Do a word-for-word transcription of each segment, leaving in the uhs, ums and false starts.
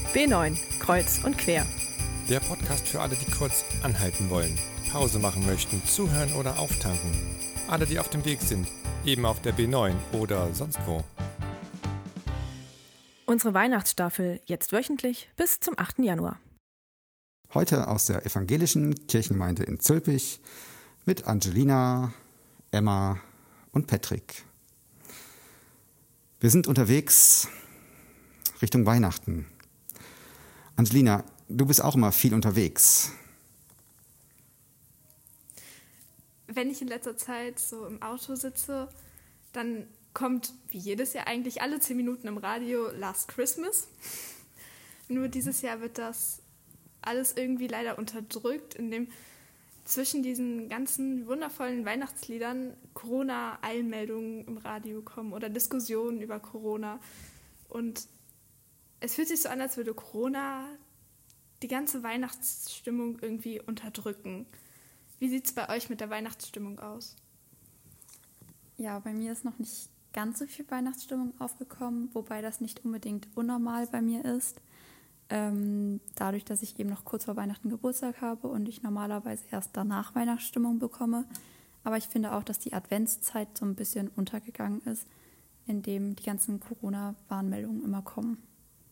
B neun, Kreuz und quer. Der Podcast für alle, die kurz anhalten wollen, Pause machen möchten, zuhören oder auftanken. Alle, die auf dem Weg sind, eben auf der B neun oder sonst wo. Unsere Weihnachtsstaffel jetzt wöchentlich bis zum achten Januar. Heute aus der evangelischen Kirchengemeinde in Zülpich mit Angelina, Emma und Patrick. Wir sind unterwegs Richtung Weihnachten. Angelina, du bist auch immer viel unterwegs. Wenn ich in letzter Zeit so im Auto sitze, dann kommt wie jedes Jahr eigentlich alle zehn Minuten im Radio Last Christmas. Nur dieses Jahr wird das alles irgendwie leider unterdrückt, indem zwischen diesen ganzen wundervollen Weihnachtsliedern Corona-Eilmeldungen im Radio kommen oder Diskussionen über Corona. Und es fühlt sich so an, als würde Corona die ganze Weihnachtsstimmung irgendwie unterdrücken. Wie sieht es bei euch mit der Weihnachtsstimmung aus? Ja, bei mir ist noch nicht ganz so viel Weihnachtsstimmung aufgekommen, wobei das nicht unbedingt unnormal bei mir ist. Ähm, dadurch, dass ich eben noch kurz vor Weihnachten Geburtstag habe und ich normalerweise erst danach Weihnachtsstimmung bekomme. Aber ich finde auch, dass die Adventszeit so ein bisschen untergegangen ist, indem die ganzen Corona-Warnmeldungen immer kommen.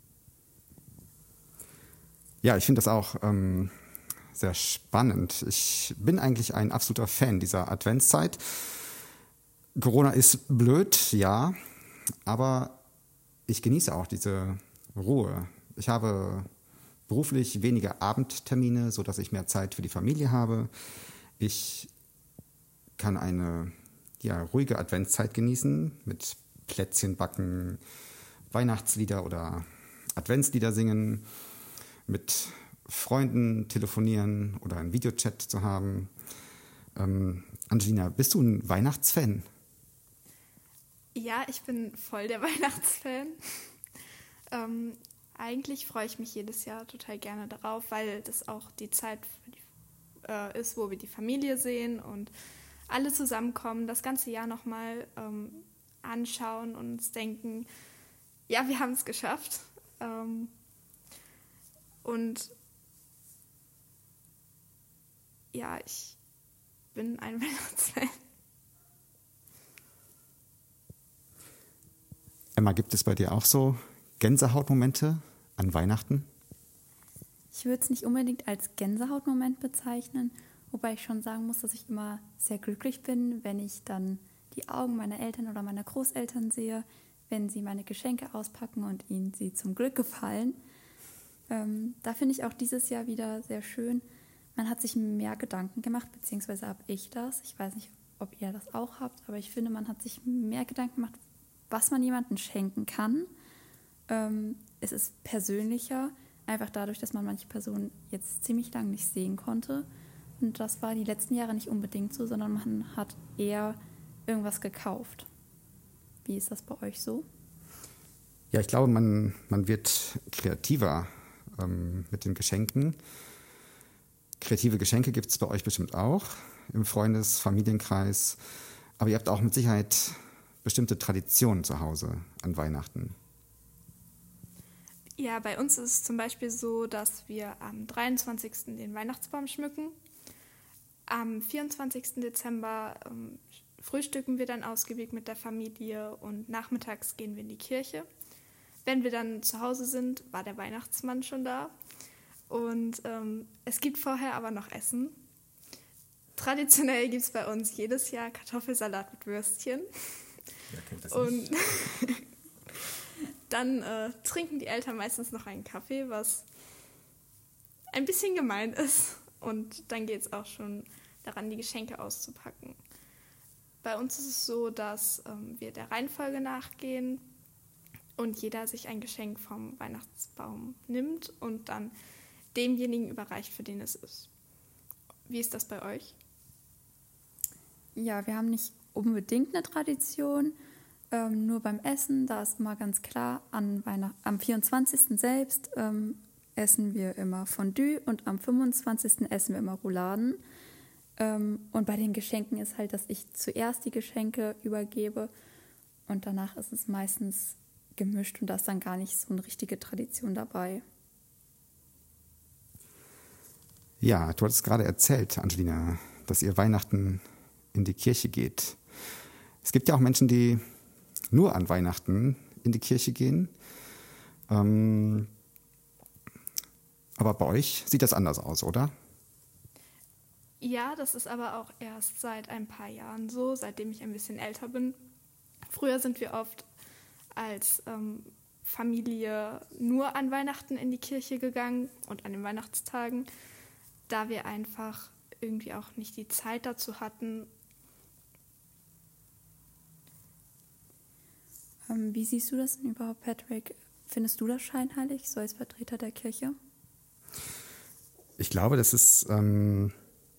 Ja, ich finde das auch ähm, sehr spannend. Ich bin eigentlich ein absoluter Fan dieser Adventszeit. Corona ist blöd, ja, aber ich genieße auch diese Ruhe. Ich habe beruflich weniger Abendtermine, sodass ich mehr Zeit für die Familie habe. Ich kann eine ja, ruhige Adventszeit genießen mit Plätzchen backen, Weihnachtslieder oder Adventslieder singen, mit Freunden telefonieren oder einen Videochat zu haben. Ähm, Angelina, bist du ein Weihnachtsfan? Ja, ich bin voll der Weihnachtsfan. ähm, eigentlich freue ich mich jedes Jahr total gerne darauf, weil das auch die Zeit für die, äh, ist, wo wir die Familie sehen und alle zusammenkommen, das ganze Jahr nochmal ähm, anschauen und uns denken, ja, wir haben es geschafft. Ähm, und ja, ich bin ein Weihnachtsfan. Emma, gibt es bei dir auch so Gänsehautmomente an Weihnachten? Ich würde es nicht unbedingt als Gänsehautmoment bezeichnen, wobei ich schon sagen muss, dass ich immer sehr glücklich bin, wenn ich dann die Augen meiner Eltern oder meiner Großeltern sehe, wenn sie meine Geschenke auspacken und ihnen sie zum Glück gefallen. Ähm, da finde ich auch dieses Jahr wieder sehr schön. Man hat sich mehr Gedanken gemacht, beziehungsweise habe ich das. Ich weiß nicht, ob ihr das auch habt, aber ich finde, man hat sich mehr Gedanken gemacht, was man jemandem schenken kann. Ähm, es ist persönlicher, einfach dadurch, dass man manche Personen jetzt ziemlich lange nicht sehen konnte. Und das war die letzten Jahre nicht unbedingt so, sondern man hat eher irgendwas gekauft. Wie ist das bei euch so? Ja, ich glaube, man, man wird kreativer ähm, mit den Geschenken. Kreative Geschenke gibt es bei euch bestimmt auch im Freundes-, Familienkreis. Aber ihr habt auch mit Sicherheit bestimmte Traditionen zu Hause an Weihnachten. Ja, bei uns ist es zum Beispiel so, dass wir am dreiundzwanzigsten den Weihnachtsbaum schmücken. Am vierundzwanzigsten Dezember ähm, frühstücken wir dann ausgiebig mit der Familie und nachmittags gehen wir in die Kirche. Wenn wir dann zu Hause sind, war der Weihnachtsmann schon da. Und ähm, es gibt vorher aber noch Essen. Traditionell gibt es bei uns jedes Jahr Kartoffelsalat mit Würstchen. Wer kennt das und nicht? Dann äh, trinken die Eltern meistens noch einen Kaffee, was ein bisschen gemein ist. Und dann geht es auch schon daran, die Geschenke auszupacken. Bei uns ist es so, dass ähm, wir der Reihenfolge nachgehen und jeder sich ein Geschenk vom Weihnachtsbaum nimmt und dann demjenigen überreicht, für den es ist. Wie ist das bei euch? Ja, wir haben nicht unbedingt eine Tradition, ähm, nur beim Essen, da ist immer ganz klar, an Weihnacht- am vierundzwanzigsten selbst ähm, essen wir immer Fondue und am fünfundzwanzigsten essen wir immer Rouladen. Ähm, und bei den Geschenken ist halt, dass ich zuerst die Geschenke übergebe und danach ist es meistens gemischt und da ist dann gar nicht so eine richtige Tradition dabei. Ja, du hattest gerade erzählt, Angelina, dass ihr Weihnachten in die Kirche geht. Es gibt ja auch Menschen, die nur an Weihnachten in die Kirche gehen. Ähm, aber bei euch sieht das anders aus, oder? Ja, das ist aber auch erst seit ein paar Jahren so, seitdem ich ein bisschen älter bin. Früher sind wir oft als ähm, Familie nur an Weihnachten in die Kirche gegangen und an den Weihnachtstagen, da wir einfach irgendwie auch nicht die Zeit dazu hatten. Ähm, wie siehst du das denn überhaupt, Patrick? Findest du das scheinheilig, so als Vertreter der Kirche? Ich glaube, das ist ähm,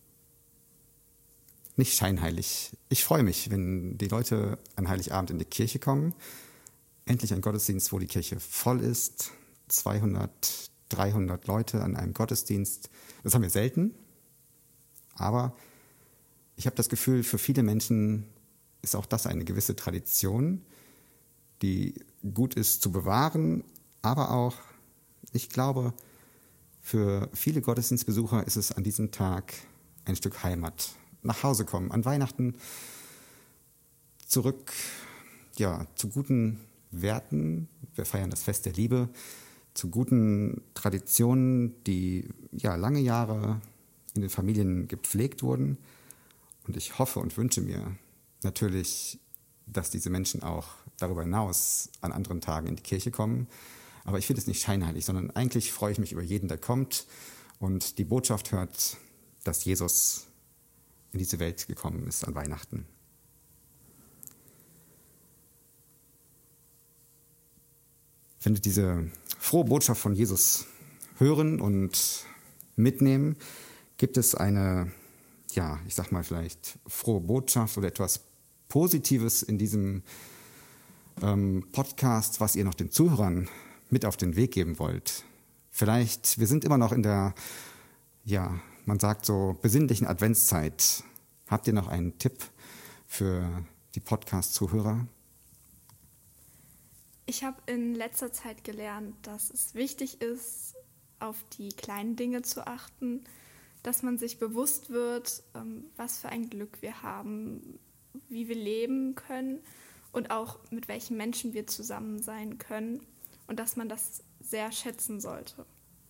nicht scheinheilig. Ich freue mich, wenn die Leute an Heiligabend in die Kirche kommen. Endlich ein Gottesdienst, wo die Kirche voll ist. zweihundert, dreihundert Leute an einem Gottesdienst. Das haben wir selten. Aber ich habe das Gefühl, für viele Menschen ist auch das eine gewisse Tradition, die gut ist zu bewahren. Aber auch, ich glaube, für viele Gottesdienstbesucher ist es an diesem Tag ein Stück Heimat. Nach Hause kommen, an Weihnachten zurück, ja, zu guten Werten. Wir feiern das Fest der Liebe, zu guten Traditionen, die ja lange Jahre in den Familien gepflegt wurden. Und ich hoffe und wünsche mir natürlich, dass diese Menschen auch darüber hinaus an anderen Tagen in die Kirche kommen. Aber ich finde es nicht scheinheilig, sondern eigentlich freue ich mich über jeden, der kommt und die Botschaft hört, dass Jesus in diese Welt gekommen ist an Weihnachten. Wenn wir diese frohe Botschaft von Jesus hören und mitnehmen, gibt es eine, ja, ich sag mal vielleicht frohe Botschaft oder etwas Positives in diesem ähm, Podcast, was ihr noch den Zuhörern mit auf den Weg geben wollt. Vielleicht, wir sind immer noch in der, ja, man sagt so, besinnlichen Adventszeit. Habt ihr noch einen Tipp für die Podcast-Zuhörer? Ich habe in letzter Zeit gelernt, dass es wichtig ist, auf die kleinen Dinge zu achten, dass man sich bewusst wird, was für ein Glück wir haben, wie wir leben können und auch mit welchen Menschen wir zusammen sein können und dass man das sehr schätzen sollte.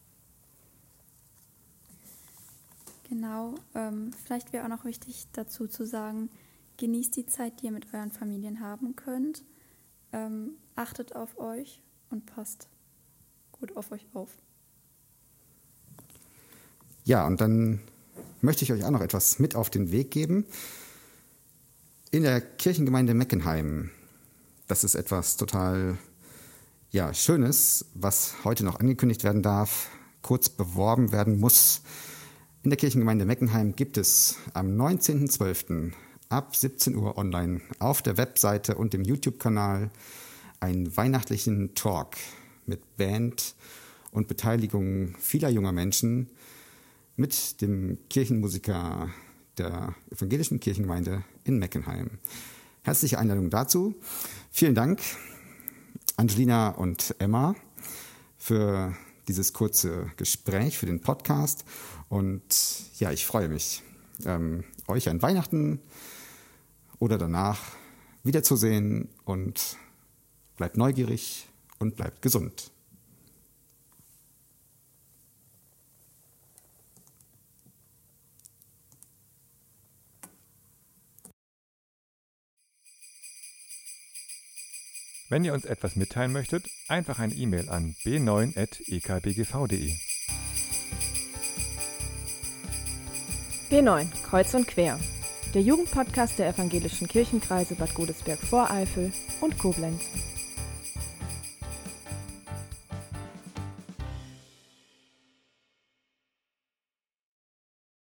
Genau, ähm, vielleicht wäre auch noch wichtig dazu zu sagen, genießt die Zeit, die ihr mit euren Familien haben könnt, ähm, achtet auf euch und passt gut auf euch auf. Ja, und dann möchte ich euch auch noch etwas mit auf den Weg geben. In der Kirchengemeinde Meckenheim, das ist etwas total ja, Schönes, was heute noch angekündigt werden darf, kurz beworben werden muss. In der Kirchengemeinde Meckenheim gibt es am neunzehnten zwölften ab siebzehn Uhr online auf der Webseite und dem YouTube-Kanal einen weihnachtlichen Talk mit Band und Beteiligung vieler junger Menschen mit dem Kirchenmusiker der evangelischen Kirchengemeinde in Meckenheim. Herzliche Einladung dazu. Vielen Dank, Angelina und Emma, für dieses kurze Gespräch, für den Podcast. Und ja, ich freue mich, ähm, euch an Weihnachten oder danach wiederzusehen und bleibt neugierig und bleibt gesund. Wenn ihr uns etwas mitteilen möchtet, einfach eine E-Mail an b neun at e k b g v punkt de. B neun, Kreuz und Quer. Der Jugendpodcast der evangelischen Kirchenkreise Bad Godesberg-Voreifel und Koblenz.